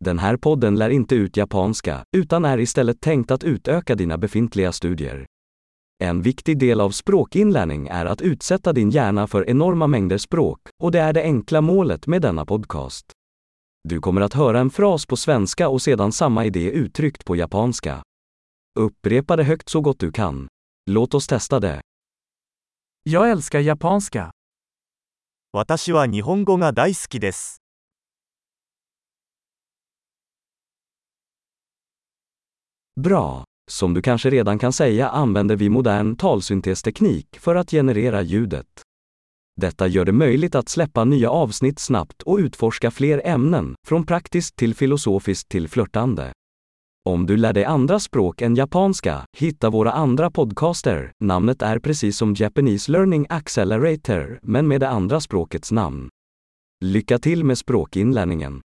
Den här podden lär inte ut japanska, utan är istället tänkt att utöka dina befintliga studier. En viktig del av språkinlärning är att utsätta din hjärna för enorma mängder språk, och det är det enkla målet med denna podcast. Du kommer att höra en fras på svenska och sedan samma idé uttryckt på japanska. Upprepa det högt så gott du kan. Låt oss testa det. Jag älskar japanska. 私は日本語が大好きです。 Bra! Som du kanske redan kan säga använder vi modern talsyntesteknik för att generera ljudet. Detta gör det möjligt att släppa nya avsnitt snabbt och utforska fler ämnen, från praktiskt till filosofiskt till flörtande. Om du lär dig andra språk än japanska, hitta våra andra podcaster. Namnet är precis som Japanese Learning Accelerator, men med det andra språkets namn. Lycka till med språkinlärningen!